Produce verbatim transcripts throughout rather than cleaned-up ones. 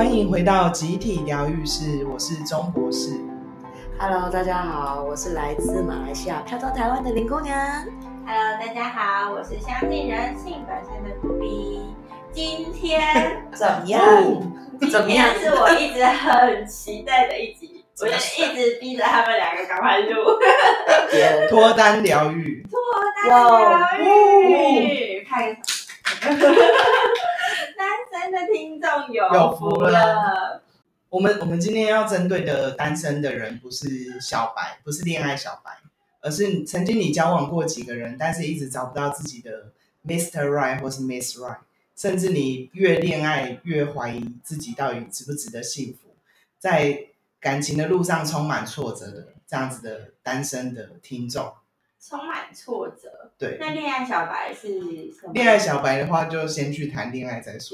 欢迎回到集体疗愈室，我是钟博士。 Hello， 大家好，我是来自马来西亚飘到台湾的林姑娘。 Hello， 大家好，我是相信人性本善的古力。今天怎么样？ 怎么样？是我一直很期待的一集，我就一直逼着他们两个赶快录。 脱单疗愈， 脱单疗愈，拍个手。单身的听众有有福福了。 了。 我们我们今天要针对的单身的人，不是小白，不是恋爱小白，而是曾经你交往过几个人，但是一直找不到自己的 Mister Right 或是 Miss Right， 甚至你越恋爱越怀疑自己到底值不值得幸福，在感情的路上充满挫折的这样子的单身的听众。 充满挫折。 对， 那恋爱小白是什么？ 恋爱小白的话，就先去谈恋爱再说。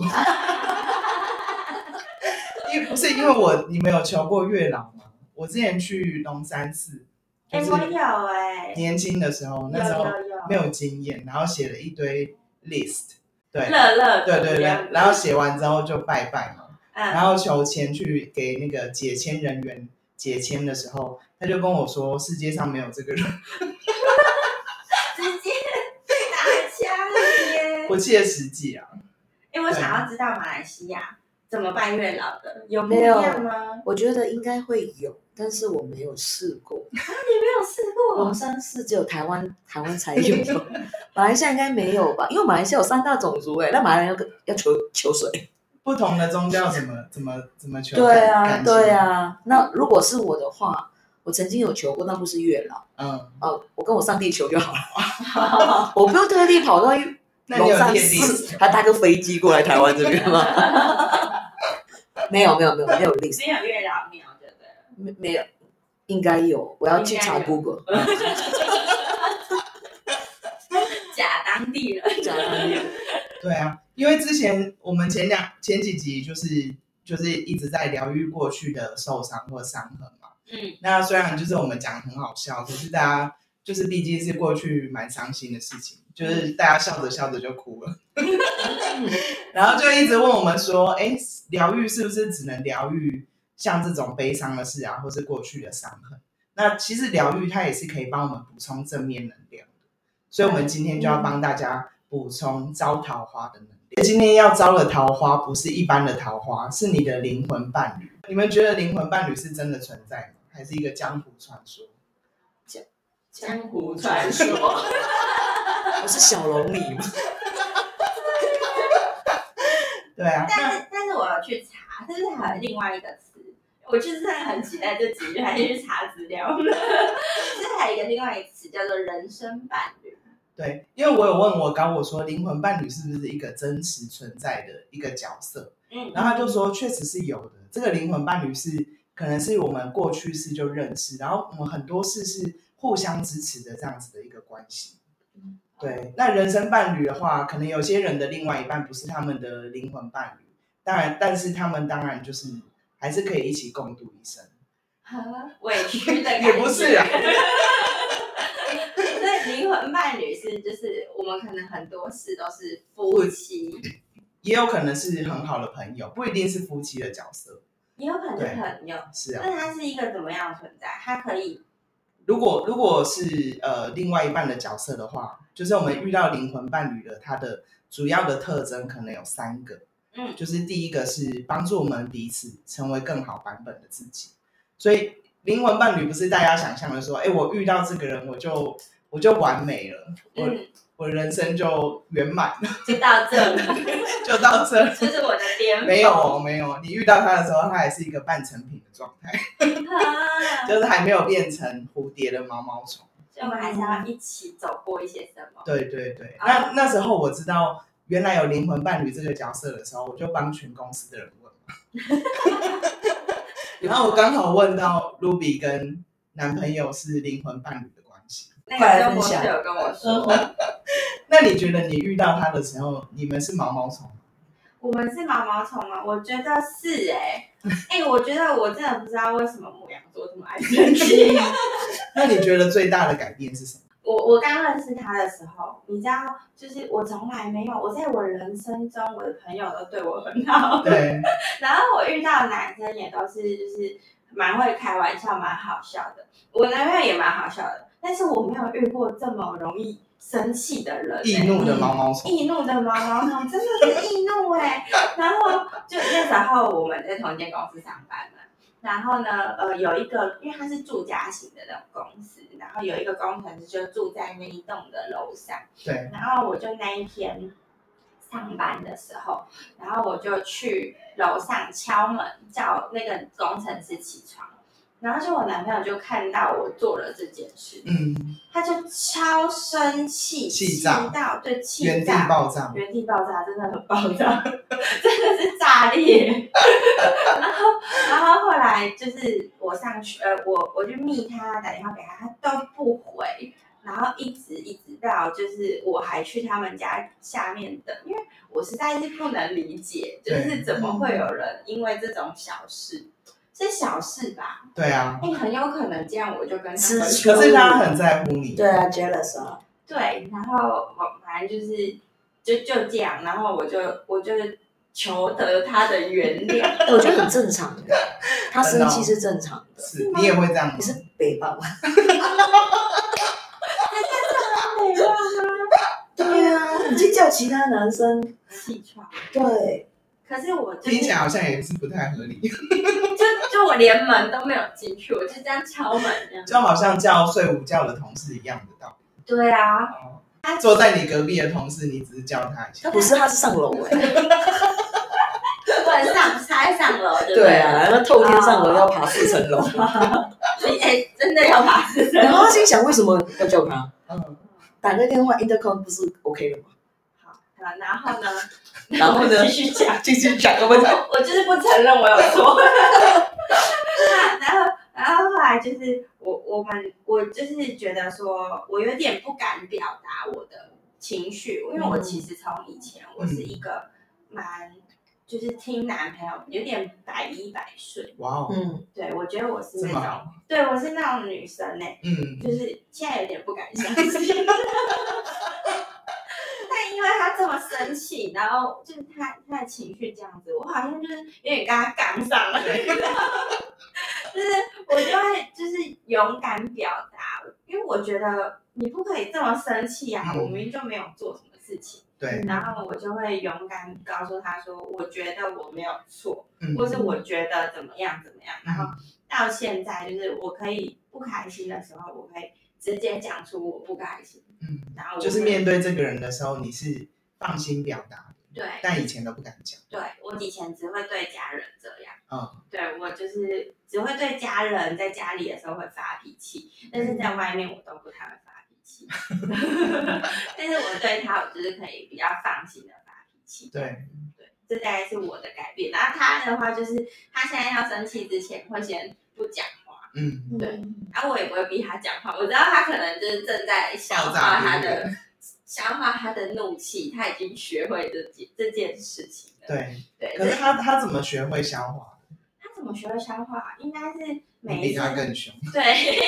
因为不是因为我你们有求过月老吗？我之前去龙山寺， 哎、 就是我有哎、 年轻的时候，那时候有有有没有经验，然后写了一堆 list， 对， 乐乐对对对，然后写完之后就拜拜嘛， 嗯， 然后求签去给那个解签人员解签的时候，他就跟我说世界上没有这个人， 直接打枪了耶！ 不切实际啊。 哎、我想要知道马来西亚怎么办月老的，有不一没有样吗？ 我觉得应该会有，但是我没有试过。 啊，你没有试过？ 龙山寺只有台湾台湾才有，马来西亚应该没有吧？因为马来西亚有三大种族哎，那马来人要要求求水。 不同的宗教怎么怎么怎么求对啊， 感情对啊。那如果是我的话，我曾经有求过，那不是月老， 嗯， 哦，我跟我上帝求就好了，我不用特地跑到那你有龙山列寺，还搭个飞机过来台湾这边吗？没有没有没有没有 list， 没有月老庙，对不对？ 没没有，应该有，我要去查 Google。 假当地人， 假当地人。 对啊，因为之前我们前两前几集就是就是一直在疗愈过去的受伤或伤痕嘛。 嗯， 那虽然就是我们讲很好笑，可是大家就是毕竟是过去蛮伤心的事情，就是大家笑着笑着就哭了，然后就一直问我们说，哎，疗愈是不是只能疗愈像这种悲伤的事啊，或是过去的伤痕？那其实疗愈它也是可以帮我们补充正面能量的，所以我们今天就要帮大家补充招桃花的能量。今天要招的桃花不是一般的桃花，是你的灵魂伴侣。你们觉得灵魂伴侣是真的存在吗？还是一个江湖传说？ 江湖传说。 我是小龙女吗？ 对啊， 但是但是我有去查，是不是还有另外一个词？我就是真的很期待这集，还去查资料。就是还有一个另外一个词叫做人生伴侣。 对，因为我有问我高我说灵魂伴侣是不是一个真实存在的一个角色， 嗯， 然后他就说确实是有的，这个灵魂伴侣是可能是我们过去式就认识，然后我们很多事是互相支持的这样子的一个关系。对，那人生伴侣的话，可能有些人的另外一半不是他们的灵魂伴侣，当然，但是他们当然就是还是可以一起共度一生。 委屈的感觉也不是啊。 所以灵魂伴侣是就是我们可能很多事都是夫妻， 也有可能是很好的朋友，不一定是夫妻的角色。 也有可能是朋友。 是啊。 那它是一个怎么样的存在？它可以， 如果如果是呃另外一半的角色的话，就是我们遇到灵魂伴侣的，它的主要的特征可能有三个。 嗯， 就是第一个是帮助我们彼此成为更好版本的自己。所以灵魂伴侣不是大家想象的说，哎，我遇到这个人我就我就完美了，我、嗯、我人生就圆满了， 就到这了， 就到这， 这是我的巅峰。 没有哦，没有，你遇到他的时候，他还是一个半成品的状态，啊、就是还没有变成蝴蝶的毛毛虫。 所以我们还是要一起走过一些什么。 对对对，啊、那那时候我知道原来有灵魂伴侣这个角色的时候，我就帮全公司的人问然后我刚好问到 Ruby 跟男朋友是灵魂伴侣的关系。 那个钟博士有跟我说。 那你觉得你遇到他的时候，你们是毛毛虫吗？ 我们是毛毛虫吗？我觉得是哎、欸，哎、欸，我觉得我真的不知道为什么牡羊座这么爱生气。 那你觉得最大的改变是什么？ 我我刚认识他的时候，你知道，就是我从来没有，我在我人生中，我的朋友都对我很好， 对， 然后我遇到的男生也都是就是蛮会开玩笑，蛮好笑的。我男朋友也蛮好笑的，但是我没有遇过这么容易生气的人、欸， 易怒的毛毛虫， 易怒的毛毛虫真的是易怒哎、欸。然后就那时候我们在同一间公司上班嘛。然后呢，呃，有一个，因为它是住家型的那种公司，然后有一个工程师就住在那一栋的楼上。 对。 然后我就那一天上班的时候，然后我就去楼上敲门，叫那个工程师起床。然后就我男朋友就看到我做了这件事， 嗯， 他就超生气， 气炸到对气原地爆炸， 原地爆炸，真的很爆炸，真的是炸裂。然后，然后后来就是我上去，呃，我我就密他，打电话给他，他都不回，然后一直一直到就是我还去他们家下面等，因为我实在是不能理解，就是怎么会有人因为这种小事。是小事吧？ 对啊， 哎、欸，很有可能这样，我就跟他吃醋， 可是他很在乎你。 对啊 ，jealous 啊。 对，然后我反正就是就就这样，然后我就我就求得他的原谅。 欸、我觉得很正常的，他生气是正常的。 是，你也会这样吗？ 你是北方吗？ 他这样很北方吗？ 对啊，你去叫其他男生起床。 对。 可是我、就是、 听起来好像也是不太合理。 就就我连门都没有进去，我就这样敲门这样。 就好像叫睡午觉的同事一样的道理。 对啊。 哦、坐在你隔壁的同事，你只是叫他一下。 他不是，他是上楼哎、欸。 不能上，才上楼对不对？ 对啊，那透天上楼要爬四层楼。 哎、欸，真的要爬四层楼。 然后他心想，为什么要叫他？ 嗯， 打个电话 intercom 不是 OK 了吗？ 好，然后呢？ 然后呢？ 继续讲， 继续讲，我们我就是不承认我有错。然后，然后后来就是我我们我就是觉得说，我有点不敢表达我的情绪，因为我其实从以前我是一个蛮就是听男朋友有点百依百顺。 哇哦， 嗯，对，我觉得我是那种，对我是那种女生哎、欸， 嗯， 就是现在有点不敢相信。但因为他这么生气，然后就是他他的情绪这样子，我好像就是有点跟他杠上了，就是我就会就是勇敢表达，因为我觉得你不可以这么生气啊，嗯、我明明就没有做什么事情， 对， 然后我就会勇敢告诉他说，我觉得我没有错， 嗯、 或是我觉得怎么样怎么样，然后到现在就是我可以不开心的时候，我会直接讲出我不开心。 嗯， 然后就是面对这个人的时候，你是放心表达的， 对， 但以前都不敢讲。 对，我以前只会对家人这样， 嗯， 对我就是只会对家人，在家里的时候会发脾气，但是在外面我都不太会发脾气。但是我对他，我就是可以比较放心的发脾气。 对， 对，这大概是我的改变。然后他的话就是，他现在要生气之前会先不讲。 嗯， 对，然后我也不会逼他讲话，我知道他可能就是正在消化他的消化他的怒气，他已经学会这件这件事情了。 对对， 可是他他怎么学会消化？ 他怎么学会消化？应该是每一次比他更凶。 对，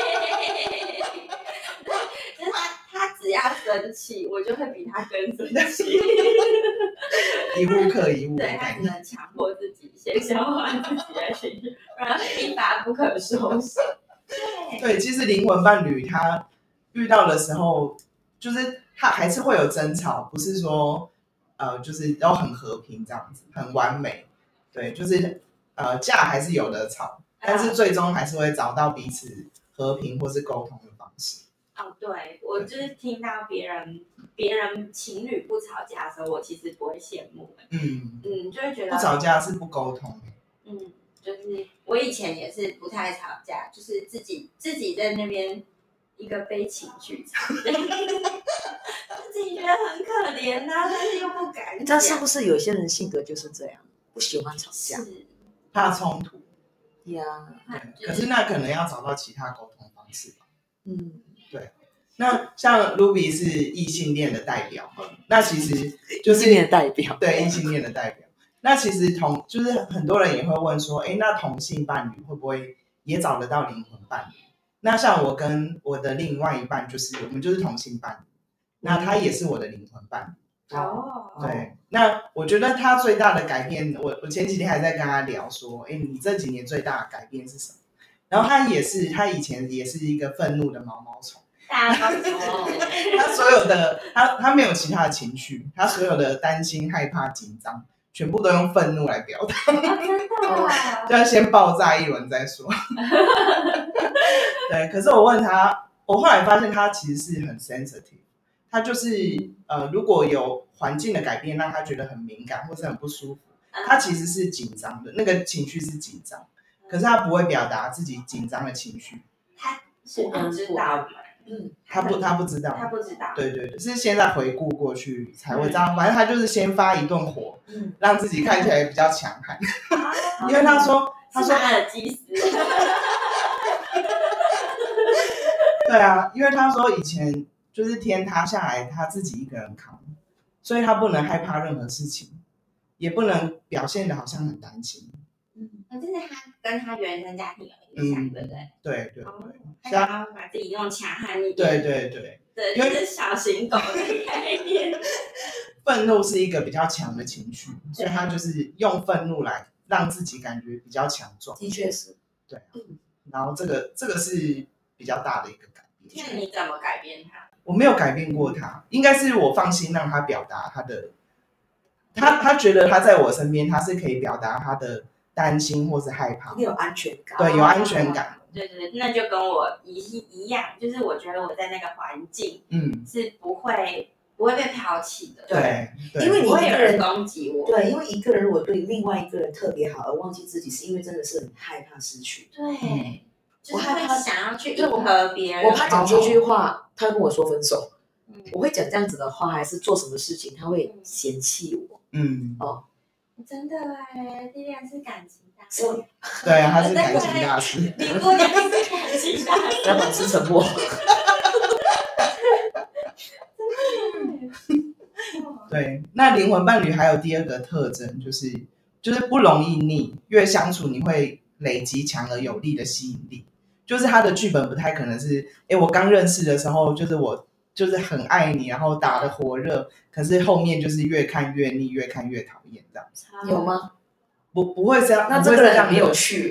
就是他他只要生气，我就会比他更生气。 一物克一物， 对，他只能强迫自己先消化自己的情绪，不然会一发不可收拾。对， 对，其实灵魂伴侣他遇到的时候，就是他还是会有争吵，不是说呃，就是都很和平这样子，很完美。对，就是呃，架还是有的吵，但是最终还是会找到彼此和平或是沟通的方式。 哦，对，我就是听到别人别人情侣不吵架的时候，我其实不会羡慕。 嗯嗯，就会觉得不吵架是不沟通。 嗯，就是我以前也是不太吵架，就是自己自己在那边一个悲情剧场，自己觉得很可怜呐、啊，但是又不敢讲。 但是不是有些人性格就是这样，不喜欢吵架， 是怕冲突呀？ 可是那可能要找到其他沟通方式吧。 嗯。 对，那像 Ruby 是异性恋的代表嘛？那其实就是异性恋的代表， 对异性恋的代表。那其实同就是很多人也会问说，哎，那同性伴侣会不会也找得到灵魂伴侣？ 那像我跟我的另外一半，就是我们就是同性伴侣，那他也是我的灵魂伴侣。 哦， 对，那我觉得他最大的改变，我我前几天还在跟他聊说，哎，你这几年最大的改变是什么？然后他也是，他以前也是一个愤怒的毛毛虫。 大家都说， 他所有的他他没有其他的情绪，他所有的担心、害怕、紧张，全部都用愤怒来表达。 哦、真的、啊， 就要先爆炸一轮再说。对，可是我问他，我后来发现他其实是很 sensitive， 他就是呃，如果有环境的改变让他觉得很敏感或是很不舒服，他其实是紧张的，那个情绪是紧张，可是他不会表达自己紧张的情绪。 他是不知道吗？ 嗯， 他不，他不知道， 他不知道。 对对对，是现在回顾过去才会知道。反正他就是先发一顿火，嗯，让自己看起来比较强悍。因为他说，他说他的基斯。 对啊，因为他说以前就是天塌下来，他自己一个人扛，所以他不能害怕任何事情，也不能表现的好像很担心。 嗯，这是他跟他原生家庭有影响，嗯、对不对？ 对对对， 哦、他想要把自己用强悍一点。 对对对， 对，就是小型狗的概念。 愤怒是一个比较强的情绪，所以他就是用愤怒来让自己感觉比较强壮。 的确是， 对、啊，然后这个这个是比较大的一个改变。 那你怎么改变他？ 我没有改变过他，应该是我放心让他表达他的，他他觉得他在我身边，他是可以表达他的担心或是害怕， 有安全感， 对，有安全感。 哦、对对对，那就跟我一一样，就是我觉得我在那个环境，嗯，是不会不会被抛弃的， 对，对因为你一个人攻击我， 对，因为一个人如果对另外一个人特别好而忘记自己，是因为真的是很害怕失去， 对。嗯，就是会想要去迎合别人， 我怕讲这句话，他跟我说分手，嗯、我会讲这样子的话，还是做什么事情他会嫌弃我。 嗯， 哦， 真的哎，莉莉安是感情大师， 对啊，他是感情大师， 林姑娘是感情大师， 要保持沉默。 对，那灵魂伴侣还有第二个特征，就是就是不容易腻，越相处你会累积强而有力的吸引力。就是他的剧本不太可能是，哎，我刚认识的时候，就是我就是很爱你，然后打得火热，可是后面就是越看越腻，越看越讨厌这样子。 有吗？ 不，不会这样。 那这个人没有趣。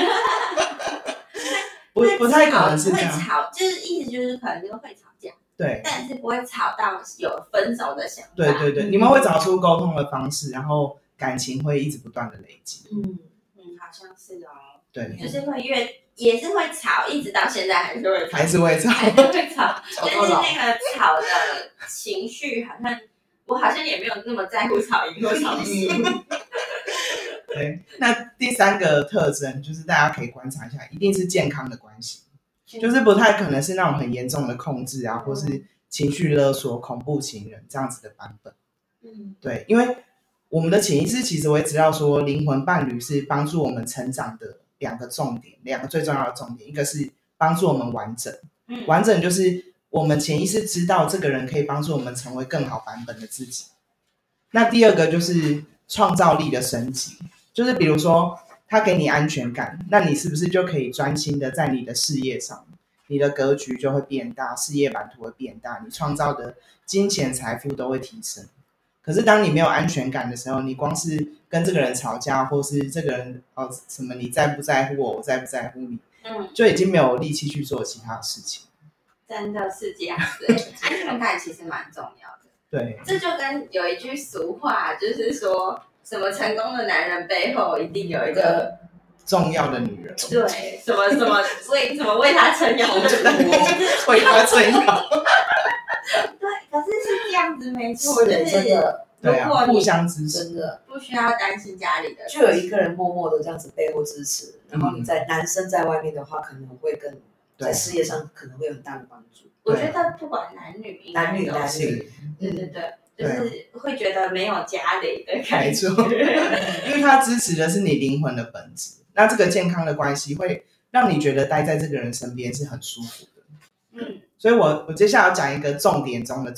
不，不太可能是这样。 会吵，就是意思就是可能就会吵架。 对。 但是不会吵到有分手的想法。 对对对，嗯、你们会找出沟通的方式，然后感情会一直不断的累积。 嗯嗯，好像是哦。 对。 就是会越。也是会吵，一直到现在还是会吵， 还是会吵， 还是会吵。但是那个吵的情绪，好像我好像也没有那么在乎吵赢或吵输。 对，那第三个特征就是大家可以观察一下，一定是健康的关系，就是不太可能是那种很严重的控制啊，或是情绪勒索、恐怖情人这样子的版本。嗯，对，因为我们的潜意识其实会知道说，灵魂伴侣是帮助我们成长的。两个重点，两个最重要的重点，一个是帮助我们完整，嗯、完整就是我们潜意识知道这个人可以帮助我们成为更好版本的自己。那第二个就是创造力的升级，就是比如说他给你安全感，那你是不是就可以专心的在你的事业上，你的格局就会变大，事业版图会变大，你创造的金钱财富都会提升。可是当你没有安全感的时候，你光是跟这个人吵架，或是这个人哦什么你在不在乎我，我在不在乎你，嗯，就已经没有力气去做其他的事情。 真的是这样子，安全感其实蛮重要的。 对， 这就跟有一句俗话，就是说什么成功的男人背后一定有一个重要的女人。 对，什么什么为什么为他撑腰的为他撑腰。 对，可是是这样子没错，就是真的， 对啊，互相支持， 真的不需要担心家里的， 就有一个人默默的这样子背后支持，然后你在男生在外面的话，可能会更在事业上可能会有很大的帮助。 我觉得不管男女， 男女男女， 对对对，就是会觉得没有家里的感觉， 因为他支持的是你灵魂的本质。那这个健康的关系会让你觉得待在这个人身边是很舒服的。嗯，所以我我接下来要讲一个重点中的重点，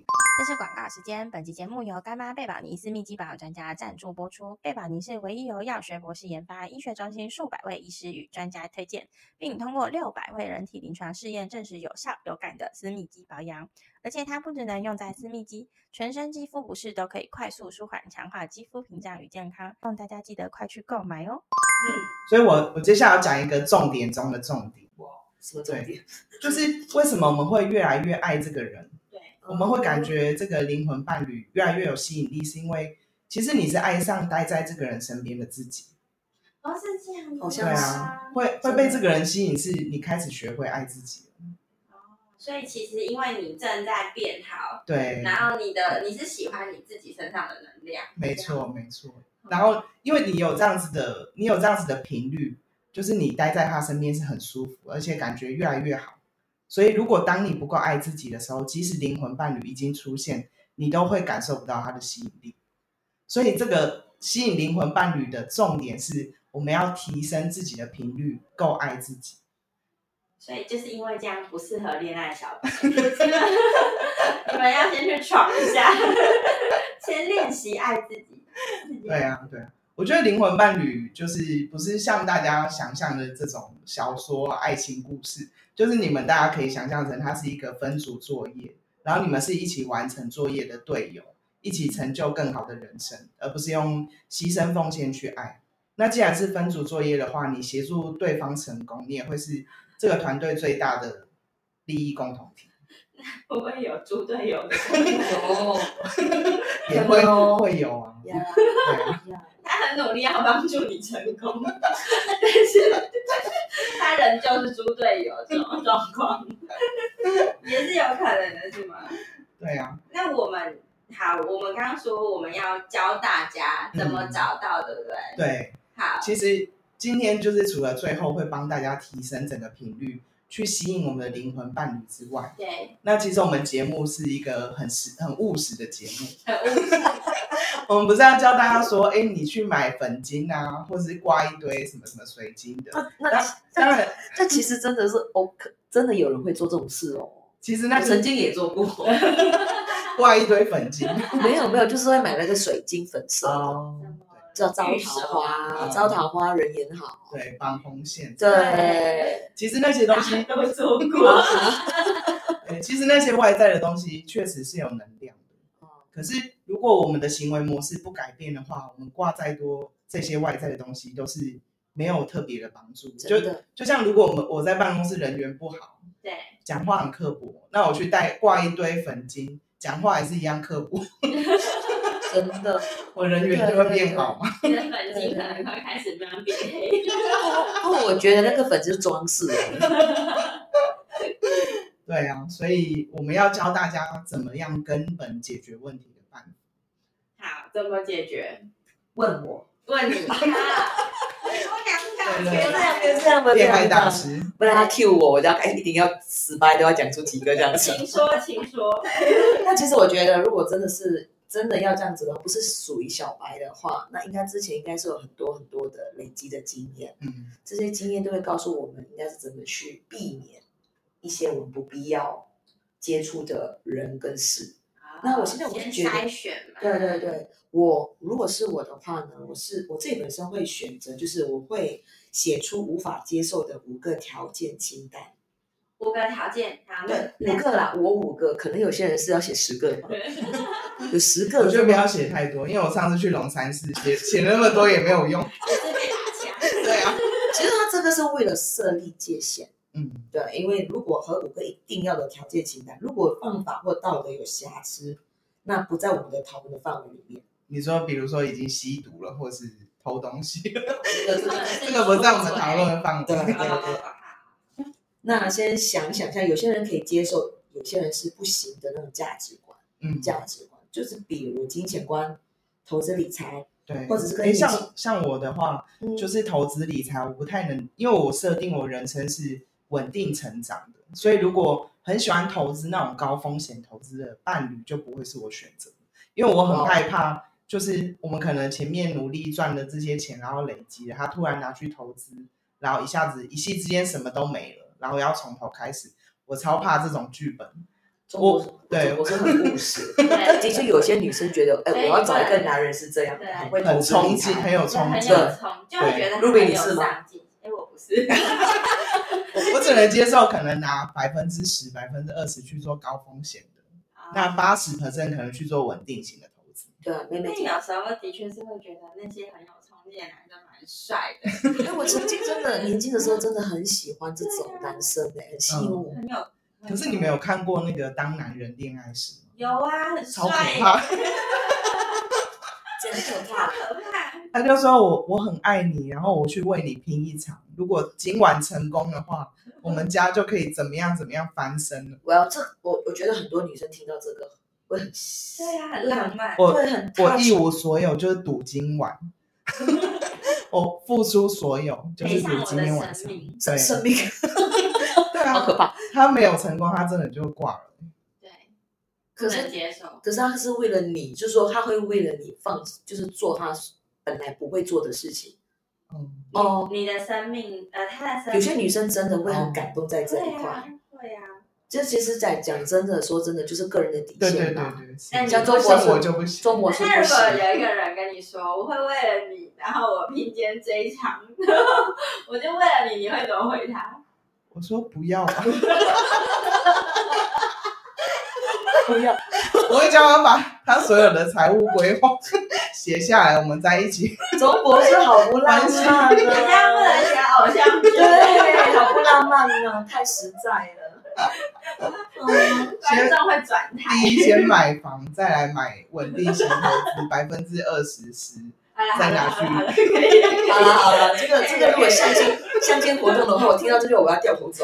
这是广告时间，本期节目由干妈贝宝妮私密肌保养专家赞助播出。贝宝妮是唯一由药学博士研发，医学中心数百位医师与专家推荐，并通过六百位人体临床试验证实有效有感的私密肌保养。而且它不只能用在私密肌，全身肌肤不适都可以快速舒缓，强化肌肤屏障与健康。让大家记得快去购买哦。 嗯，所以我我接下来要讲一个重点中的重点。 哇，什么重点？ 就是为什么我们会越来越爱这个人？ 对， 我们会感觉这个灵魂伴侣越来越有吸引力，是因为其实你是爱上待在这个人身边的自己。 哦，是这样子， 好像对啊，会会被这个人吸引，是你开始学会爱自己了。 所以其实因为你正在变好， 对， 然后你的你是喜欢你自己身上的能量， 没错没错。然后因为你有这样子的，你有这样子的频率，就是你待在他身边是很舒服，而且感觉越来越好。所以如果当你不够爱自己的时候，即使灵魂伴侣已经出现，你都会感受不到他的吸引力。所以这个吸引灵魂伴侣的重点是，我们要提升自己的频率，够爱自己。 所以就是因为这样不适合恋爱小白，你们要先去闯一下，先练习爱自己。 对啊，对啊，我觉得灵魂伴侣就是不是像大家想象的这种小说爱情故事，就是你们大家可以想象成它是一个分组作业，然后你们是一起完成作业的队友，一起成就更好的人生，而不是用牺牲奉献去爱。那既然是分组作业的话，你协助对方成功，你也会是这个团队最大的利益共同体。 会不会有猪队友的？ 有， 也会会有啊。 呀对啊， 他很努力要帮助你成功，但是他仍旧是猪队友这种状况，也是有可能的，是吗？ 对啊。 那我们好，我们刚刚说我们要教大家怎么找到，嗯、对不对？ 对。 好， 其实今天就是除了最后会帮大家提升整个频率，去吸引我们的灵魂伴侣之外， 对， 那其实我们节目是一个很实、很务实的节目。 很务实。 我们不是要教大家说，哎，你去买粉晶啊，或者是挂一堆什么什么水晶的。 那那当然， 这其实真的是哦，真的有人会做这种事哦。 其实那我曾经也做过， 挂一堆粉晶。 没有没有，就是会买那个水晶粉色的。 哦， 叫招桃花，招桃花人缘好， 对，绑红线， 对， 其实那些东西都做过。 对，其实那些外在的东西确实是有能量的，可是如果我们的行为模式不改变的话，我们挂再多这些外在的东西都是没有特别的帮助。就就像如果我们我在办公室人缘不好， 对， 讲话很刻薄，那我去带挂一堆粉晶，讲话还是一样刻薄。 真的， 我人缘就会变好嘛。 你的粉晶可能会开始慢慢变黑。 哦，我觉得那个粉是装饰的。 对啊，所以我们要教大家怎么样根本解决问题的办法。好，怎么解决？ 问我， 问你。我两个， 别这样，别这样， 恋爱大师， 不然他 cue 我，我就要一定要十掰都要讲出几个这样子。 请说，请说。 那其实我觉得，如果真的是。真的要这样子的话，不是属于小白的话，那应该之前应该是有很多很多的累积的经验，嗯，这些经验都会告诉我们，应该是怎么去避免一些我们不必要接触的人跟事。啊、那我现在我是觉得， 筛选嘛， 对对对，我如果是我的话呢，我是我自己本身会选择，就是我会写出无法接受的五个条件清单。 五个条件，好， 对，五个啦，我五个，可能有些人是要写十个嘛，有十个， 我觉得不要写太多，因为我上次去龙山寺写写那么多也没有用， 也是被打枪。 对啊， 其实他这个是为了设立界限， 嗯， 对，因为如果和五个一定要的条件清单，如果方法或道德有瑕疵，那不在我们的讨论的范围里面。 你说，比如说已经吸毒了，或是偷东西， 这个这个不在我们讨论的范围。 对对对。那先想想，像有些人可以接受，有些人是不行的那种价值观。嗯，价值观就是比如金钱观、投资理财， 对， 或者是跟像像我的话、嗯，就是投资理财，我不太能，因为我设定我人生是稳定成长的，所以如果很喜欢投资那种高风险投资的伴侣，就不会是我选择，因为我很害怕，就是我们可能前面努力赚的这些钱，然后累积了，他突然拿去投资，然后一下子一夕之间什么都没了。然后要从头开始，我超怕这种剧本。 中国对我是很务实，的确有些女生觉得，哎、欸，我要找一个男人是这样，很会很冲劲，很有冲劲， 就会觉得 Ruby你是吗？ 哎，我不是， 我我只能接受可能拿百分之十、百分之二十去做高风险的，哦、那八十 percent 可能去做稳定型的投资。 对，妹妹。 有时候的确是会觉得那些很有冲劲的男生蛮帅的。 因为我曾经真的年轻的时候真的很喜欢这种男生诶、欸，很吸引我。 很有。 可是你没有看过那个《当男人恋爱时》吗？ 有啊，很帅， 超可怕， 真可怕， 可怕。 他就说我我很爱你，然后我去为你拼一场，如果今晚成功的话，我们家就可以怎么样怎么样翻身了。 我要这我我觉得很多女生听到这个会很对啊，很浪漫， 我会很我一无所有就是赌今晚。我付出所有，就是赌今天晚上， 对，生命， 对啊， 好可怕。 他没有成功，他真的就挂了。 对， 可是接受。 可是他是为了你，就是说他会为了你放，就是做他本来不会做的事情。 嗯， 哦，你的生命，呃，他的生命， 有些女生真的会很感动在这一块。 会啊。 就其实，在讲真的，说真的，就是个人的底线嘛。 对对对对。 但像中国我就不行。 中国是不行。 那如果有一个人跟你说，我会为了你，然后我拼今天这一场，我就为了你，你会怎么回他？ 我说不要吧。 不要。 我会叫他把他所有的财务规划写下来，我们在一起。 中国是好不浪漫啊！ 人家不能写偶像剧， 对，好不浪漫啊，太实在了。 嗯，观众会转台。 第一先买房，再来买稳定型投资，百分之二十十，再拿去。 好了好了，这个这个如果相亲相亲活动的话，我听到这句我要掉头走。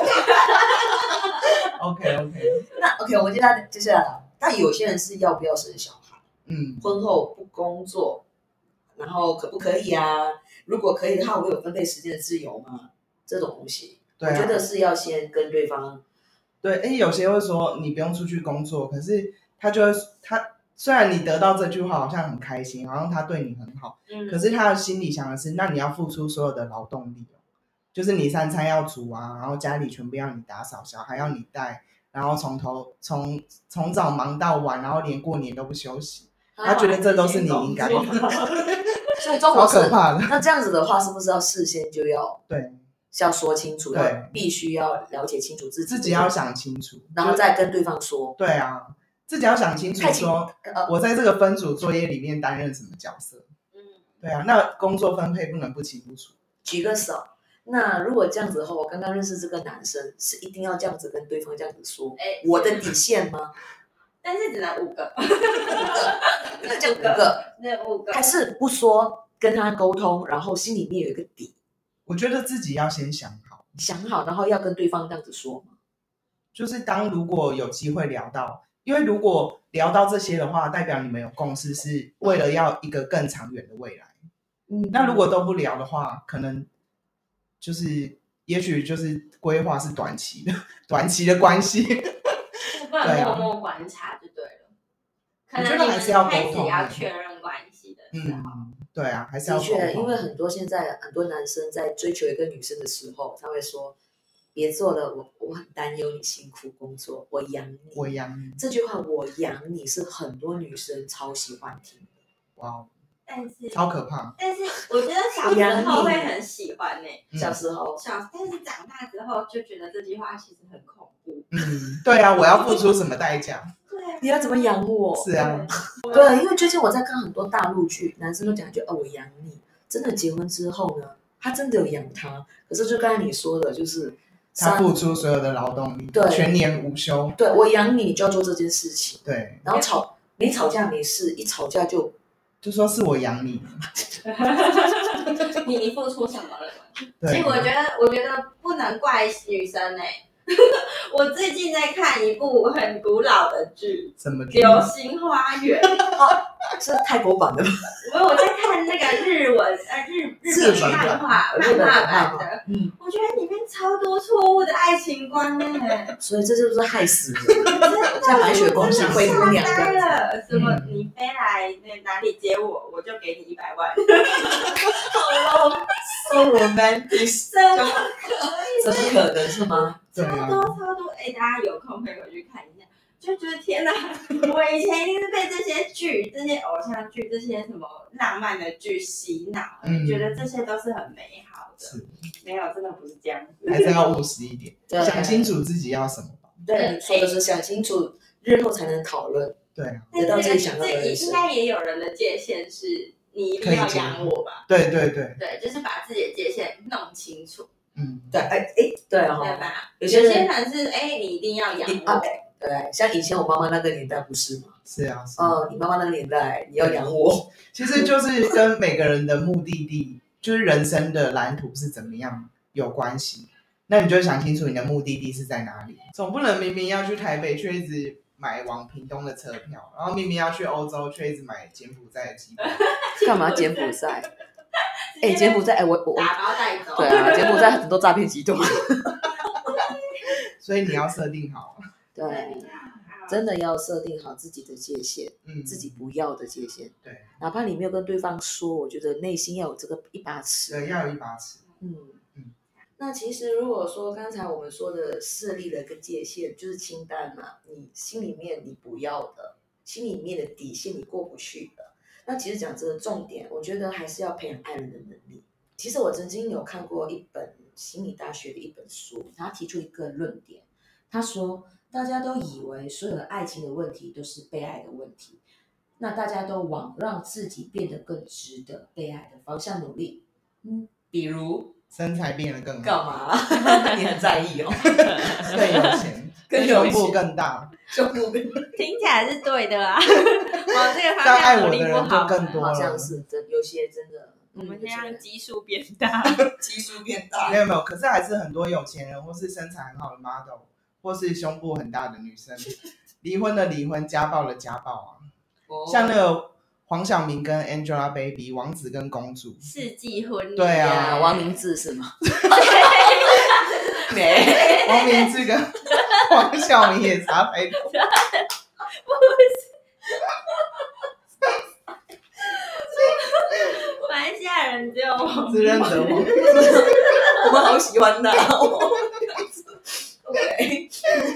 OK OK。 那 OK， 我们接下来接下来，但有些人是要不要生小孩？ 嗯， 婚后不工作，然后可不可以啊？如果可以的话，我有分配时间的自由吗？这种东西， 对啊、 我觉得是要先跟对方。 对，哎，有些会说你不用出去工作，可是他就会他虽然你得到这句话好像很开心，好像他对你很好，嗯，可是他的心里想的是，那你要付出所有的劳动力哦，就是你三餐要煮啊，然后家里全部要你打扫，小孩要你带，然后从头从从早忙到晚，然后连过年都不休息，啊、他觉得这都是你应该的， 所以中国好可怕的。 那这样子的话，是不是要事先就要对？ 是要说清楚， 对， 必须要了解清楚自己， 自己要想清楚， 然后再跟对方说。 对啊，自己要想清楚说，我在这个分组作业里面担任什么角色。嗯，对啊，那工作分配不能不清不楚。 举个手，那如果这样子的话，我刚刚认识这个男生，是一定要这样子跟对方这样子说，哎，我的底线吗？ 但是只能五个， 五个，那这样五个， 那五个， 还是不说，跟他沟通，然后心里面有一个底。 我觉得自己要先想好， 想好，然后要跟对方这样子说嘛。 就是当如果有机会聊到，因为如果聊到这些的话，代表你们有共识，是为了要一个更长远的未来。嗯，那如果都不聊的话，可能就是也许就是规划是短期的，短期的关系。 不能默默观察就对了。 我觉得还是要沟通， 要确认关系的时候。 嗯，对啊，还是要沟通。的确，因为很多现在很多男生在追求一个女生的时候，他会说：“别做了，我我很担忧你辛苦工作，我养你。” 我养你这句话，我养你是很多女生超喜欢听的。 哇， 但是超可怕。 但是我觉得小时候会很喜欢呢、欸。 小时候， 小但是长大之后就觉得这句话其实很恐怖。 嗯，对啊，我要付出什么代价？ 你要怎么养我？ 是啊， 对，因为最近我在看很多大陆剧，男生都讲一句“哦，我养你”。真的结婚之后呢，他真的有养他，可是就刚才你说的，就是他付出所有的劳动力， 对， 全年无休。 对，我养你，你就要做这件事情。 对， 然后吵没吵架没事，一吵架就就说是我养你。 你你付出什么了？其实我觉得，我觉得不能怪女生哎、欸。我最近在看一部很古老的剧， 什么剧？ 流星花园。 哦，是泰国版的吗？ 我我在看那个日文呃日日本漫画漫画版的，嗯，我觉得里面超多错误的爱情观呢、欸， 所以这就是害死人，像白雪公主灰姑娘这样子。什么你飞来那哪里接我，我就给你一百万。 好 so romantic， 怎么可以？ 怎么可能是吗？ 超多超多，哎、欸，大家有空可以回去看一下。 就觉得天哪，我以前一定是被这些剧、这些偶像剧、这些什么浪漫的剧洗脑，嗯、觉得这些都是很美好的。是，没有，真的不是这样子， 还是要务实一点，想清楚自己要什么吧。 对，你说的是想清楚，日后才能讨论。 对啊， 得到自己想要的人生。这应该也有人的界限是，你一定要养我吧？ 对对对， 对，就是把自己的界限弄清楚。 嗯，对，哎哎，对哦， 对吧？ 有些人是哎，你一定要养我。 对，像以前我妈妈那个年代不是吗？ 是啊，是哦，你妈妈那个年代你要养我， 其实就是跟每个人的目的地，就是人生的蓝图是怎么样有关系。那你就想清楚你的目的地是在哪里，总不能明明要去台北，却一直买往屏东的车票，然后明明要去欧洲，却一直买柬埔寨的机票。 干嘛柬埔寨？哎、欸，柬埔寨，哎、欸，我我打包带走。 对啊，柬埔寨很多诈骗集团。 所以你要设定好。 对，真的要设定好自己的界限，嗯，自己不要的界限。 对， 哪怕你没有跟对方说，我觉得内心要有这个一把尺。 对，要有一把尺。 嗯嗯。那其实如果说刚才我们说的设立了一个界限，就是清单嘛，你心里面你不要的，心里面的底线你过不去的。那其实讲这个重点，我觉得还是要培养爱人的能力。其实我曾经有看过一本心理大学的一本书，他提出一个论点，他说大家都以为所有的爱情的问题都是被爱的问题，那大家都往让自己变得更值得被爱的方向努力。嗯，比如身材变得更好， 干嘛？你很在意哦。 更有钱，更胸部更大， 胸部更听起来是对的啦。往这个方向努力不好， 更多好像是真，有些真的。 我们先让基数变大， 基数变大。 没有没有，可是还是很多有钱人，或是身材很好的 model， 或是胸部很大的女生，离婚的离婚，家暴的家暴啊。哦、像那个黄晓明跟 Angelababy， 王子跟公主， 世纪婚礼。 对啊， 王明志是吗？ 没，王明志跟黄晓明也差太多。 不是。马来西亚人只有我只认得我， 我们好喜欢他。OK，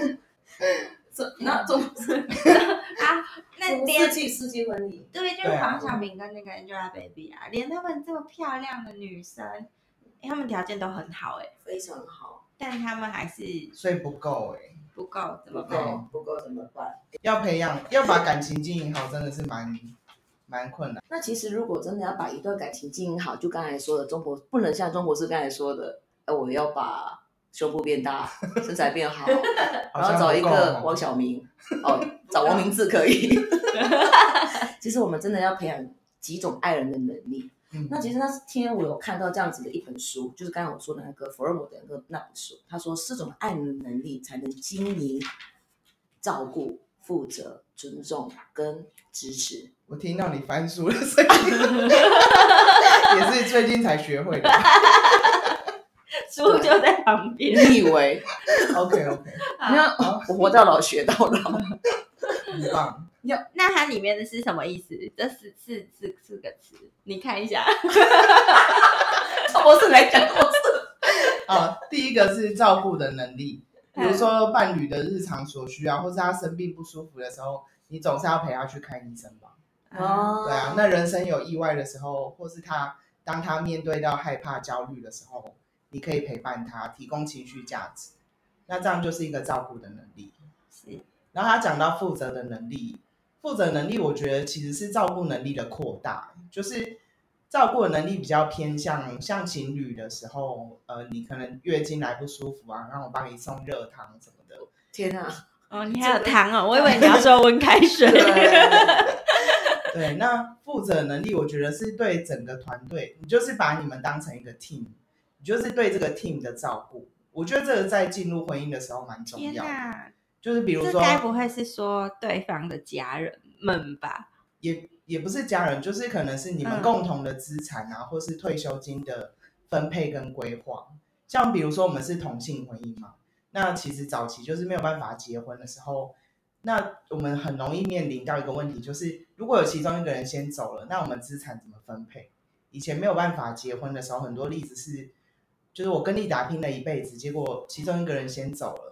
那总之啊，那连世纪世纪婚礼， 对，就是黄晓明跟那个 Angelababy 啊，连他们这么漂亮的女生，他们条件都很好哎、欸， 非常好， 但他们还是所以不够哎、欸， 不够怎么办？不够怎么办？ 要培养，要把感情经营好，真的是蛮。蛮困难。 那其实如果真的要把一段感情经营好，就刚才说的，钟博不能像钟博士刚才说的，呃，我要把胸部变大，身材变好，然后找一个王晓明，哦，找王明志可以。其实我们真的要培养几种爱人的能力。嗯、那其实那天我有看到这样子的一本书，就是刚才我说的那个弗洛姆的那个那本书，他说四种爱人的能力才能经营、照顾、负责、尊重跟支持。 我听到你翻书的声音，也是最近才学会的。 书就在旁边， 你以为 ？OK OK， 你看我活到老学到老， 很棒。 那它里面的是什么意思？这四四四四个词，你看一下。 我是来讲故事。 啊，第一个是照顾的能力，比如说伴侣的日常所需啊，或是他生病不舒服的时候，你总是要陪他去看医生吧。哦，对啊，那人生有意外的时候，或是他当他面对到害怕、焦虑的时候，你可以陪伴他，提供情绪价值，那这样就是一个照顾的能力。 是。 然后他讲到负责的能力，负责能力我觉得其实是照顾能力的扩大，就是照顾的能力比较偏向像情侣的时候，呃，你可能月经来不舒服啊，让我帮你送热汤什么的。 天啊！ 哦，你还有汤哦，我以为你要说温开水。 对，那负责能力，我觉得是对整个团队，你就是把你们当成一个 team， 你就是对这个 team 的照顾。我觉得这个在进入婚姻的时候蛮重要的。就是比如说， 这该不会是说对方的家人们吧？ 也也不是家人，就是可能是你们共同的资产啊，嗯、或是退休金的分配跟规划。像比如说我们是同性婚姻嘛，那其实早期就是没有办法结婚的时候。那我们很容易面临到一个问题，就是如果有其中一个人先走了，那我们资产怎么分配？以前没有办法结婚的时候，很多例子是，就是我跟你打拼了一辈子，结果其中一个人先走了，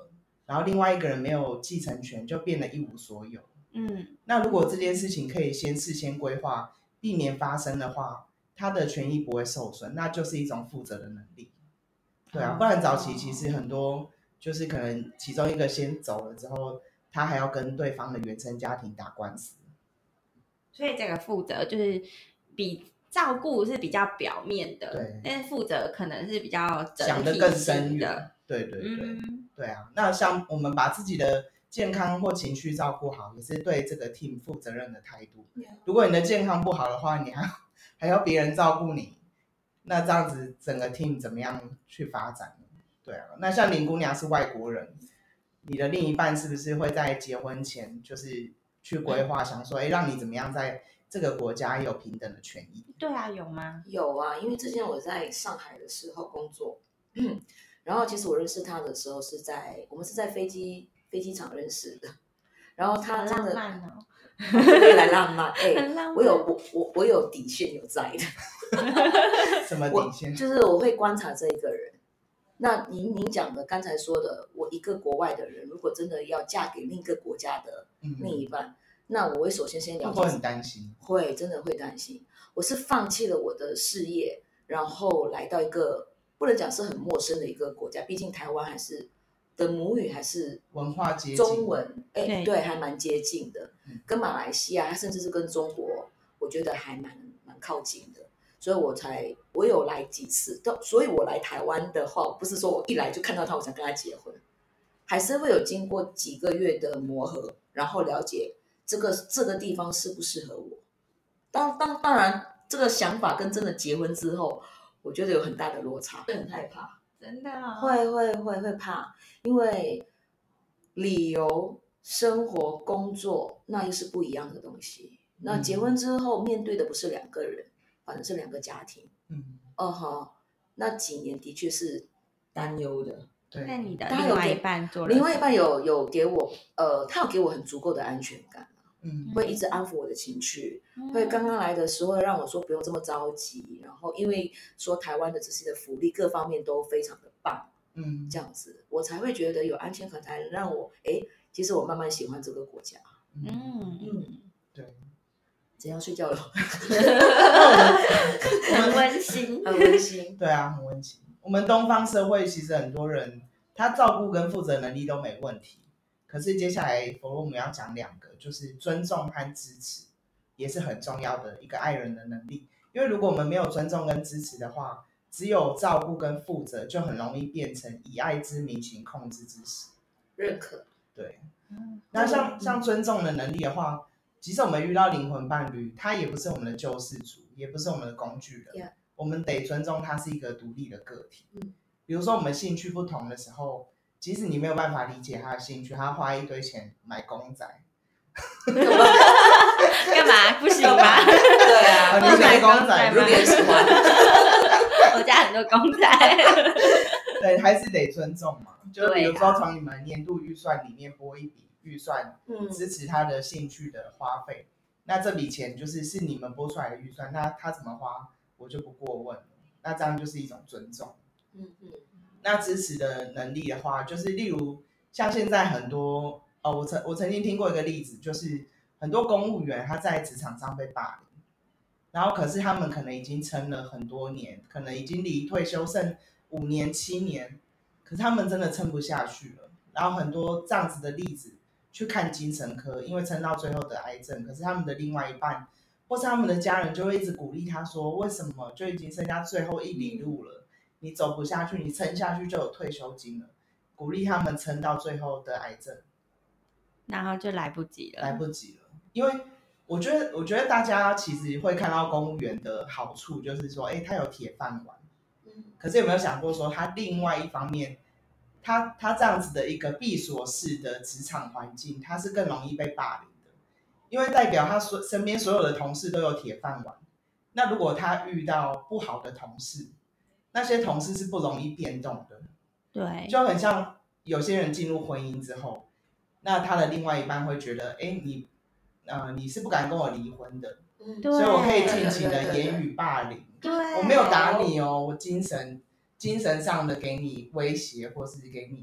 然后另外一个人没有继承权，就变得一无所有。 嗯， 那如果这件事情可以先事先规划，避免发生的话，他的权益不会受损，那就是一种负责的能力。对啊，不然早期其实很多就是可能其中一个先走了之后，他还要跟对方的原生家庭打官司。 所以这个负责就是比照顾是比较表面的， 对， 但是负责可能是比较想得更深远。对对对、 嗯， 对啊。那像我们把自己的健康或情绪照顾好，也是对这个 team 负责任的态度。如果你的健康不好的话，你还还要别人照顾你，那这样子整个 team 怎么样去发展呢？对啊，那像林姑娘是外国人，你的另一半是不是会在结婚前就是去规划，想说，哎，让你怎么样在这个国家有平等的权益？ 对啊，有吗？ 有啊，因为之前我在上海的时候工作，然后其实我认识他的时候是在我们是在飞机飞机场认识的，然后他真的浪漫哦， 越来浪漫，哎、 很浪漫我有我我我有底线有在的， 什么底线？ 就是我会观察这一个人。那您您讲的刚才说的，我一个国外的人，如果真的要嫁给另一个国家的另一半，嗯、那我会首先先了解， 会很担心， 会真的会担心。我是放弃了我的事业，然后来到一个不能讲是很陌生的一个国家，毕竟台湾还是的母语还是文化接近， 中文，哎， 对对，还蛮接近的，跟马来西亚甚至是跟中国，我觉得还蛮蛮靠近的。所以我才我有来几次，所以我来台湾的话，不是说我一来就看到他我想跟他结婚，还是会有经过几个月的磨合，然后了解这个这个地方适不适合我。当当当然，这个想法跟真的结婚之后，我觉得有很大的落差，会很害怕， 真的、哦、 会会会会怕，因为理由、生活、工作那又是不一样的东西。那结婚之后面对的不是两个人。反正是两个家庭，嗯，哦哈，那几年的确是担忧的。 对，那你的另外一半做了， 另外一半有有给我，呃，他有给我很足够的安全感，嗯，会一直安抚我的情绪，嗯、会刚刚来的时候让我说不用这么着急，然后因为说台湾的这些的福利各方面都非常的棒，嗯，这样子我才会觉得有安全感，才能让我，哎，其实我慢慢喜欢这个国家，嗯嗯，对。怎样睡觉了？ 很温馨， 很温馨。 对啊，很温馨。我们东方社会其实很多人，他照顾跟负责能力都没问题。可是接下来佛罗姆要讲两个，就是尊重和支持，也是很重要的一个爱人的能力。因为如果我们没有尊重跟支持的话，只有照顾跟负责，就很容易变成以爱之名行控制之实。 认可。 对。那像像尊重的能力的话。即使我们遇到灵魂伴侣，他也不是我们的救世主，也不是我们的工具人， yeah. 我们得尊重他是一个独立的个体。嗯、比如说我们兴趣不同的时候，即使你没有办法理解他的兴趣，他花一堆钱买公仔， 干嘛？不行吗？ 对啊， 你买公仔， 如果你喜欢， 我家很多公仔。 对，还是得尊重嘛。就比如说从你们年度预算里面拨一笔。预算支持他的兴趣的花费，嗯、那这笔钱就是是你们拨出来的预算，那他怎么花我就不过问了，那这样就是一种尊重。嗯嗯。那支持的能力的话，就是例如像现在很多哦，我曾我曾经听过一个例子，就是很多公务员他在职场上被霸凌，然后可是他们可能已经撑了很多年，可能已经离退休剩五年七年，可是他们真的撑不下去了，然后很多这样子的例子。去看精神科，因为撑到最后得癌症，可是他们的另外一半或是他们的家人就会一直鼓励他说，为什么就已经剩下最后一里路了，你走不下去，你撑下去就有退休金了，鼓励他们撑到最后得癌症， 然后就来不及了， 来不及了。因为我觉得我觉得大家其实会看到公务员的好处，就是说哎，他有铁饭碗，可是有没有想过说他另外一方面他, 他这样子的一个闭锁式的职场环境，他是更容易被霸凌的，因为代表他所身边所有的同事都有铁饭碗。那如果他遇到不好的同事，那些同事是不容易变动的。 对， 就很像有些人进入婚姻之后，那他的另外一半会觉得，哎，你呃你是不敢跟我离婚的，所以我可以尽情的言语霸凌。 对， 我没有打你哦，我精神。精神上的给你威胁，或是给你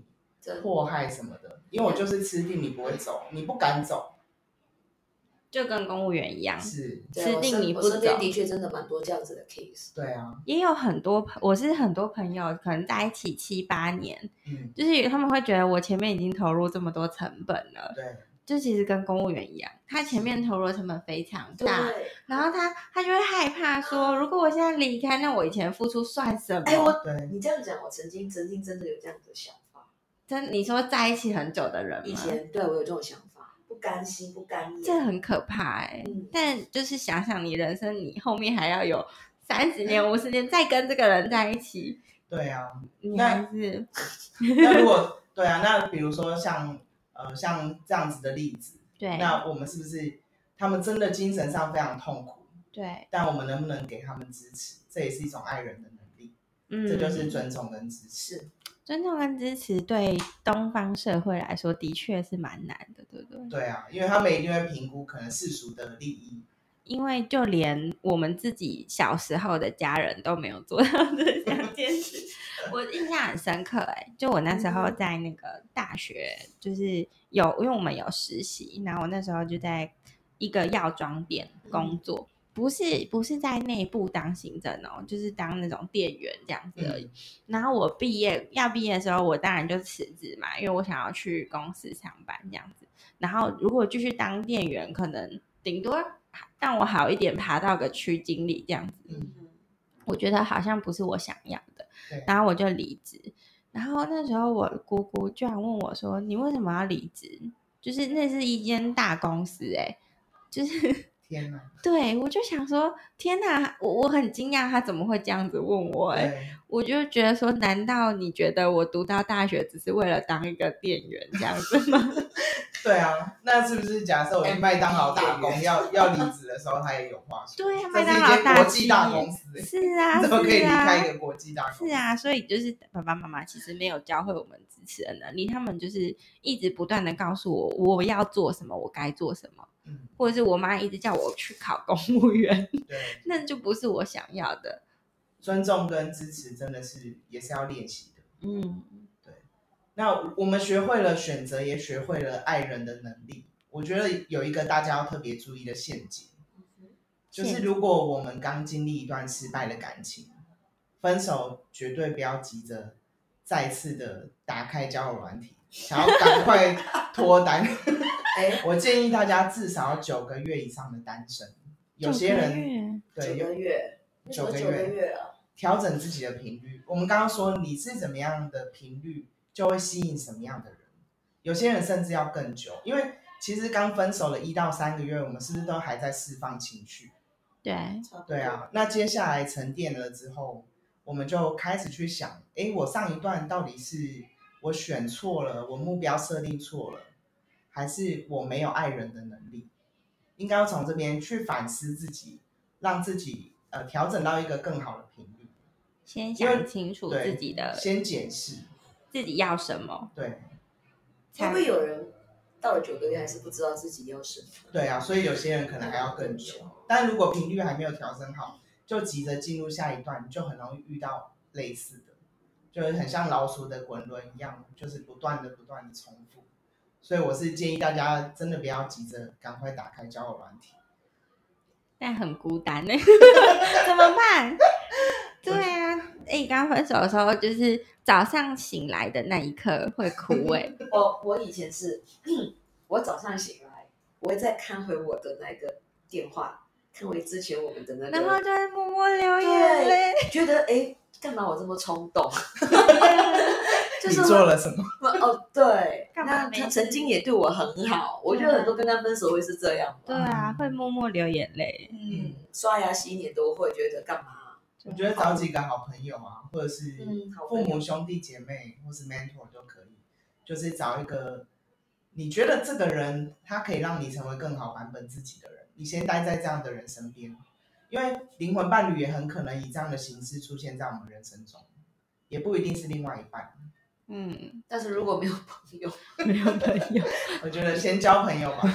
迫害什么的，因为我就是吃定你不会走，你不敢走， 就跟公务员一样， 是吃定你不走。 我身边的确真的蛮多这样子的 case。 对啊， 也有很多，我是很多朋友可能在一起七八年， 嗯， 就是他们会觉得我前面已经投入这么多成本了， 对， 就其实跟公务员一样，他前面投入的成本非常大， 对， 然后他他就会害怕说，如果我现在离开，那我以前付出算什么？ 哎，我对你这样讲，我曾经曾经真的有这样子的想法。 真你说在一起很久的人吗？ 以前对我有这种想法，不甘心，不甘愿， 这很可怕哎、欸嗯但就是想想你人生，你后面还要有三十年、五十年再跟这个人在一起， 对啊， 你还是那如果对啊，那比如说像呃像这样子的例子， 对那我们是不是他们真的精神上非常痛苦？ 对， 但我们能不能给他们支持？这也是一种爱人的能力， 嗯， 这就是尊重跟支持。 尊重跟支持，对东方社会来说的确是蛮难的，对不对？ 对啊，因为他们一定会评估可能世俗的利益。 因为就连我们自己小时候的家人都没有做到这两件事，我印象很深刻哎、欸。就我那时候在那个大学，就是有因为我们有实习，然后我那时候就在一个药妆店工作，不是不是在内部当行政哦，就是当那种店员这样子而已。嗯、然后我毕业要毕业的时候，我当然就辞职嘛，因为我想要去公司上班这样子。然后如果继续当店员，可能顶多让我好一点，爬到个区经理这样子。 嗯， 我觉得好像不是我想要的，然后我就离职。然后那时候我姑姑居然问我说：“你为什么要离职？”就是那是一间大公司哎、欸，就是天哪！ 对，我就想说，天哪，我我很惊讶他怎么会这样子问我哎、欸，我就觉得说，难道你觉得我读到大学只是为了当一个店员这样子吗？ 对啊，那是不是假设我去麦当劳打工要要离职的时候，他也有话说？ 对啊， 麦当劳大国际大公司， 是啊， 怎么可以离开一个国际大公司？ 是啊，所以就是爸爸妈妈其实没有教会我们支持的能力，他们就是一直不断的告诉我我要做什么，我该做什么，嗯，或者是我妈一直叫我去考公务员， 对， 那就不是我想要的。 尊重跟支持真的是也是要练习的， 嗯。 那我们学会了选择，也学会了爱人的能力。我觉得有一个大家要特别注意的陷阱，就是如果我们刚经历一段失败的感情，分手绝对不要急着再次的打开交友软体，想要赶快脱单。我建议大家至少要九个月以上的单身。有些人对九个月， 九个月啊， 调整自己的频率。我们刚刚说你是怎么样的频率，就会吸引什么样的人。有些人甚至要更久，因为其实刚分手了一到三个月，我们是不是都还在释放情绪？ 对， 对啊。那接下来沉淀了之后，我们就开始去想，哎，我上一段到底是我选错了，我目标设定错了，还是我没有爱人的能力？应该要从这边去反思自己，让自己呃调整到一个更好的频率。 先想清楚自己的， 先检视自己要什么。 对， 会不会有人到了九个月还是不知道自己要什么？ 对啊，所以有些人可能还要更久。但如果频率还没有调整好，就急着进入下一段，就很容易遇到类似的，就是很像老鼠的滚轮一样，就是不断的不断的重复。所以我是建议大家真的不要急着赶快打开交友软体， 但很孤单呢，怎么办？对啊，哎，刚分手的时候，就是早上醒来的那一刻会哭哎。 我我以前是，我早上醒来，我会再看回我的那个电话，看回之前我们的那个， 然后就会默默流眼泪， 觉得哎，干嘛我这么冲动？ 就是你做了什么？ 哦，对，那他曾经也对我很好，我觉得很多跟他分手会是这样。 对啊，会默默流眼泪。 嗯，刷牙洗脸都会觉得干嘛？ 我觉得找几个好朋友啊，或者是父母兄弟姐妹，或是 mentor 都可以，就是找一个你觉得这个人他可以让你成为更好版本自己的人，你先待在这样的人身边，因为灵魂伴侣也很可能以这样的形式出现在我们人生中，也不一定是另外一半。 嗯， 但是如果没有朋友， 没有朋友， 我觉得先交朋友吧。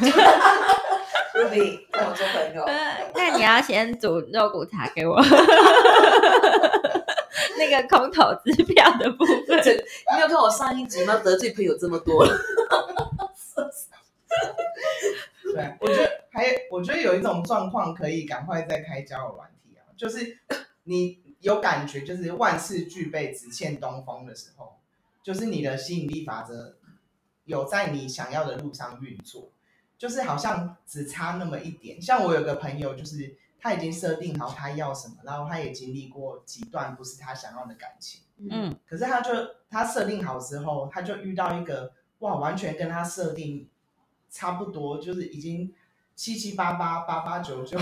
Ruby 跟我做朋友， 那你要先煮肉骨茶给我， 那个空头支票的部分。 你没有看我上一集吗？得罪朋友这么多了。 对，我觉得还有，我觉得有一种状况可以赶快再开交友软体啊，就是你有感觉，就是万事俱备，只欠东风的时候，就是你的吸引力法则有在你想要的路上运作，就是好像只差那么一点。像我有个朋友，就是他已经设定好他要什么，然后他也经历过几段不是他想要的感情，嗯，可是他就他设定好之后，他就遇到一个哇，完全跟他设定差不多，就是已经七七八八八八九九，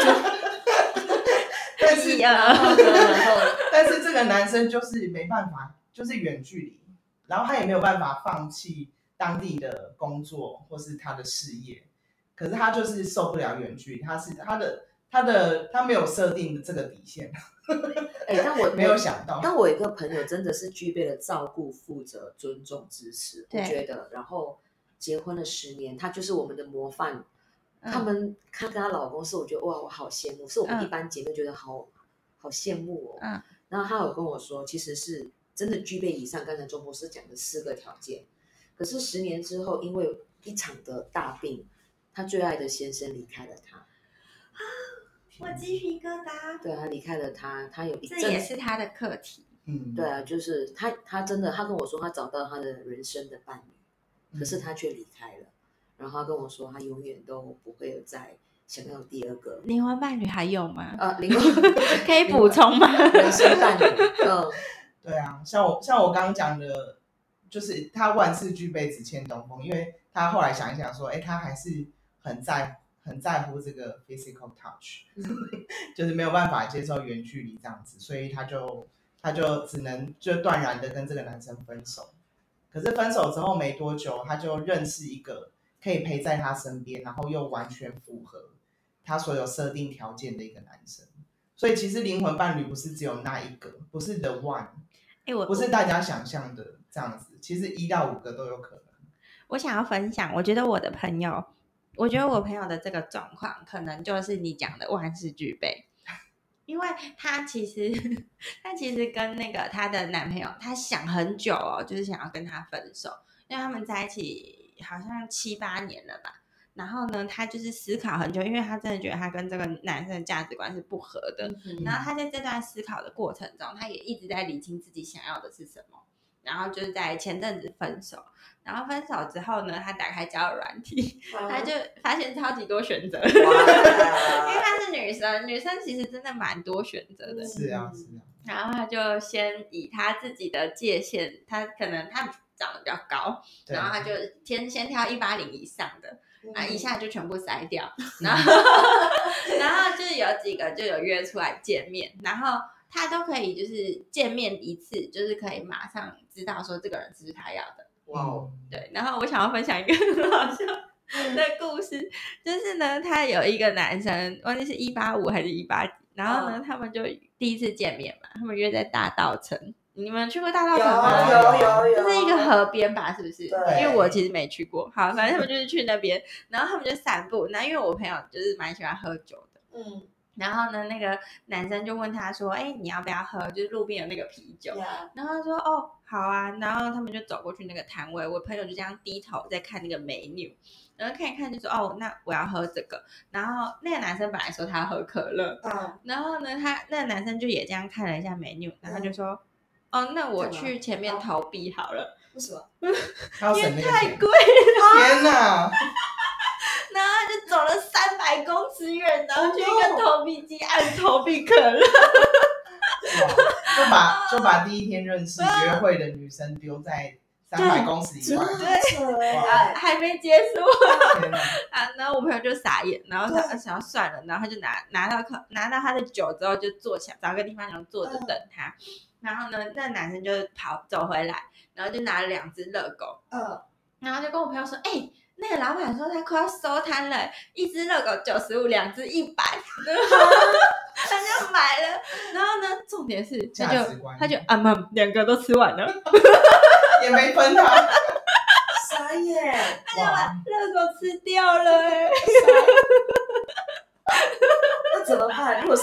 但是然后呢，然后但是这个男生就是没办法，就是远距离，然后他也没有办法放弃当地的工作或是他的事业，可是他就是受不了远距离，他是他的他的他没有设定的这个底线。 哎、欸，但我没有想到， 但我有一个朋友真的是具备了照顾、负责、尊重、支持，我觉得，然后结婚了十年，他就是我们的模范。嗯、他们她跟她老公是，我觉得哇，我好羡慕，是我们一般姐妹觉得好、嗯、好羡慕哦。嗯，然后他有跟我说，其实是真的具备以上刚才钟博士讲的四个条件，可是十年之后，因为一场的大病，他最爱的先生离开了他。 我鸡皮疙瘩。 对，他离开了他，他有一这也是他的课题。 嗯，对啊，就是他，他真的，他跟我说他找到他的人生的伴侣，可是他却离开了。然后他跟我说，他永远都不会有再想要第二个灵魂伴侣，还有吗？ 呃，灵魂可以补充吗？ 人生伴侣，嗯， 对啊，像我像我刚刚讲的，就是他万事俱备，只欠东风，因为他后来想一想说，哎，他还是很在乎。很在乎这个 physical touch， 就是没有办法接受远距离这样子，所以他就他就只能就断然的跟这个男生分手。可是分手之后没多久，他就认识一个可以陪在他身边，然后又完全符合他所有设定条件的一个男生。所以其实灵魂伴侣不是只有那一个，不是 the one， 欸、我不是大家想象的这样子，其实一到五个都有可能。 我想要分享，我觉得我的朋友。我觉得我朋友的这个状况可能就是你讲的万事俱备，因为她其实她其实跟那个她的男朋友，她想很久哦，就是想要跟他分手，因为他们在一起好像七八年了吧。然后呢，她就是思考很久，因为她真的觉得她跟这个男生的价值观是不合的。嗯、然后她在这段思考的过程中，她也一直在理清自己想要的是什么。然后就是在前阵子分手，然后分手之后呢，他打开交友软体，他就发现超级多选择，因为他是女生，女生其实真的蛮多选择的。 是啊，是啊。 然后他就先以他自己的界限，他可能他长得比较高，然后他就先先挑一百零以上的，啊，一下就全部筛掉，然后然后就是有几个就有约出来见面，然后。他都可以，就是见面一次，就是可以马上知道说这个人是不是他要的。 哇哦， 对。然后我想要分享一个很好笑的故事，就是呢，他有一个男生，忘记是一八五还是一八几，然后呢，哦、他们就第一次见面嘛，他们约在大稻埕。你们去过大稻埕吗？ 有有有， 这是一个河边吧？是不是？ 对。 因为我其实没去过。好，反正他们就是去那边，然后他们就散步。那因为我朋友就是蛮喜欢喝酒的，嗯。然后呢，那个男生就问他说：“哎，你要不要喝？就是路边有那个啤酒。” yeah. 然后他说：“哦，好啊。”然后他们就走过去那个摊位，我朋友就这样低头在看那个美女，然后看一看就说：“哦，那我要喝这个。”然后那个男生本来说他要喝可乐，嗯、然后呢，他那个男生就也这样看了一下美女，然后就说：“嗯、哦，那我去前面投币好了。” 为什么？ 因为太贵了。 天哪！ 然后他就走了三百公尺远，然后去一个投币机按投币可乐， 就把就把第一天认识约会的女生丢在三百公尺以外， 对，啊，还没结束啊！然后我朋友就傻眼，然后他想要算了，然后他就拿拿到拿到他的酒之后就坐起来，找个地方然后坐着等他。然后呢，那男生就跑走回来，然后就拿了两只热狗，嗯，然后就跟我朋友说，哎、欸。那个老板说他快要收摊了，一只热狗九十五，两只一百，他就买了。然后呢，重点是他就他就啊妈，两个都吃完了， 也没分他， 傻眼， 他就把热狗吃掉了、欸， 那怎么办？如果是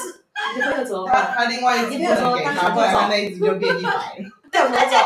你的朋友怎么他办？ 他另外一只不能给他，不然他那一只就变一百了。 带我拿走。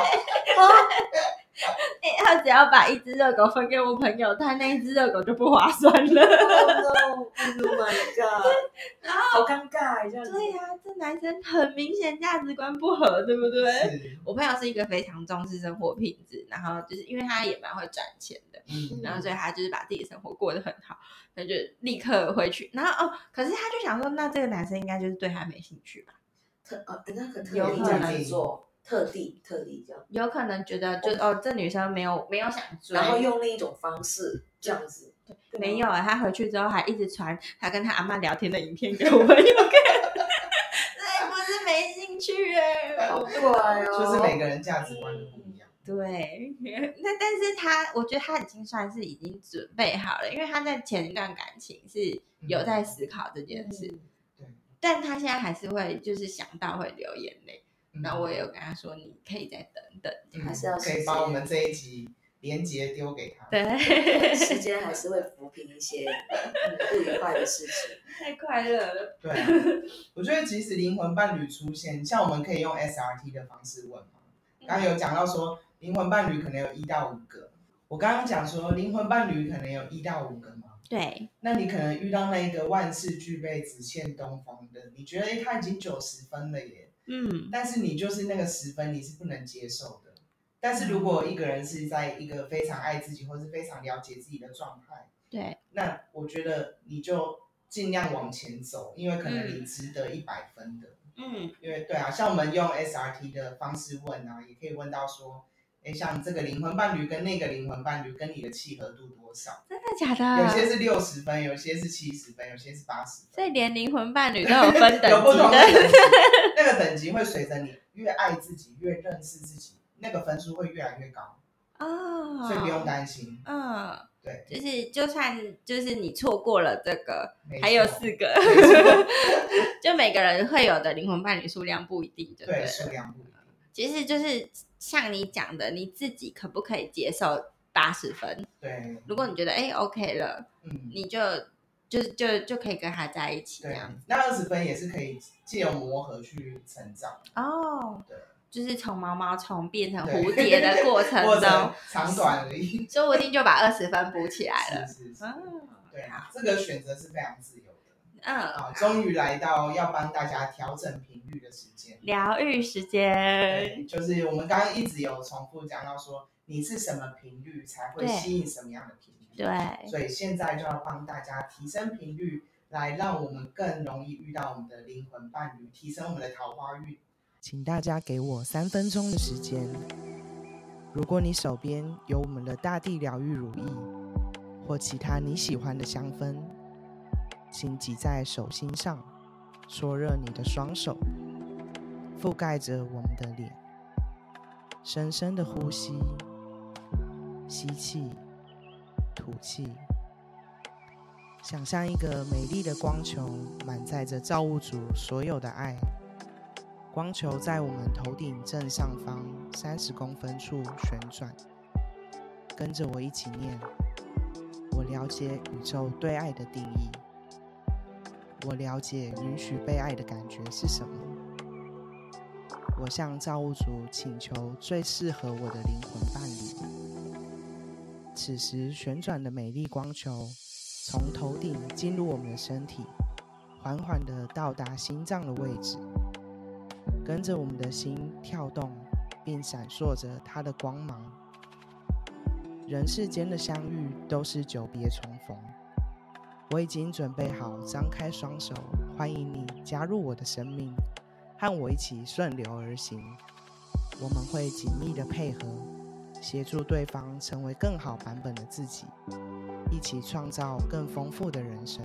他只要把一只热狗分给我朋友，他那一只热狗就不划算了。 Oh no! Oh my god! 然后好尴尬，这样子。 对呀、啊，这男生很明显价值观不合，对不对？我朋友是一个非常重视生活品质，然后就是因为他也蛮会赚钱的，嗯，然后所以他就是把自己的生活过得很好，他就立刻回去。然后哦，可是他就想说，那这个男生应该就是对他没兴趣吧？ 特呃，那可特有地这样子做，特地特地这样， 有可能觉得就哦，这女生没有没有想追， 然后用另一种方式这样子。 对，没有啊，他回去之后还一直传他跟他阿嬷聊天的影片给我朋友看，对，不是没兴趣哎， 好怪哦， 就是每个人价值观都不一样。 对，那但是他，我觉得他已经算是已经准备好了，因为他在前一段感情是有在思考这件事， 嗯、 对， 但他现在还是会就是想到会流眼泪。那、嗯、我也有跟他说，你可以再等等， 嗯、还是要可以把我们这一集连结丢给他。 对， 时间还是会抚平一些、嗯、不愉快的事情。 太快乐了。 对、啊，我觉得即使灵魂伴侣出现，像我们可以用 S R T 的方式问嘛。刚刚有讲到说，灵魂伴侣可能有一到五个。我刚刚讲说，灵魂伴侣可能有一到五个嘛。 对。 那你可能遇到那一个万事俱备，只欠东风的，你觉得哎，他已经九十分了耶。嗯，但是你就是那个十分，你是不能接受的。但是如果一个人是在一个非常爱自己，或是非常了解自己的状态， 对， 那我觉得你就尽量往前走，因为可能你值得一百分的。嗯，因为对啊，像我们用 S R T 的方式问啊，也可以问到说，哎，像这个灵魂伴侣跟那个灵魂伴侣跟你的契合度多少？ 真的假的？ 有些是六十分，有些是七十分，有些是八十分。 所以连灵魂伴侣都有分等级的。 有不同的等级，那个等级会随着你越爱自己，越认识自己，那个分数会越来越高。哦，所以不用担心。嗯，对， 就是就算就是你错过了这个，还有四个，就每个人会有的灵魂伴侣数量不一定，对， 对，数量不一定。 其实就是像你讲的，你自己可不可以接受八十分？ 对， 如果你觉得哎 OK 了，嗯，你就就就就可以跟他在一起这样子。 那二十分也是可以借由磨合去成长。哦，对。 就是从毛毛虫变成蝴蝶的过程中， 长短而已， 说不定就把二十分补起来了。 是是是，嗯，对啊，这个选择是非常自由的。嗯，啊，终于来到要帮大家调整频率的时间， 疗愈时间。 就是我们刚刚一直有重复讲到说，你是什么频率才会吸引什么样的频率。 对， 所以现在就要帮大家提升频率，来让我们更容易遇到我们的灵魂伴侣，提升我们的桃花运。请大家给我三分钟的时间。如果你手边有我们的大地疗愈乳液，或其他你喜欢的香氛，请挤在手心上，搓热你的双手，覆盖着我们的脸，深深的呼吸，吸气，吐气，想象一个美丽的光球满载着造物主所有的爱。光球在我们头顶正上方三十公分处旋转，跟着我一起念：我了解宇宙对爱的定义，我了解允许被爱的感觉是什么，我向造物主请求最适合我的灵魂伴侣。此时旋转的美丽光球从头顶进入我们的身体，缓缓地到达心脏的位置，跟着我们的心跳动，并闪烁着它的光芒。人世间的相遇都是久别重逢，我已经准备好张开双手，欢迎你加入我的生命，和我一起顺流而行。我们会紧密的配合，协助对方成为更好版本的自己，一起创造更丰富的人生。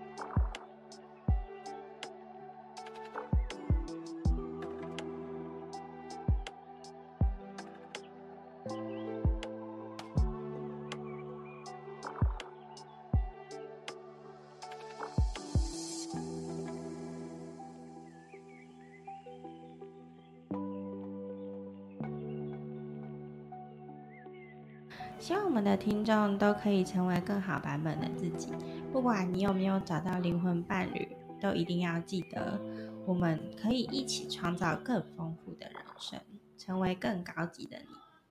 希望我们的听众都可以成为更好版本的自己，不管你有没有找到灵魂伴侣，都一定要记得， 我们可以一起创造更丰富的人生，成为更高级的你。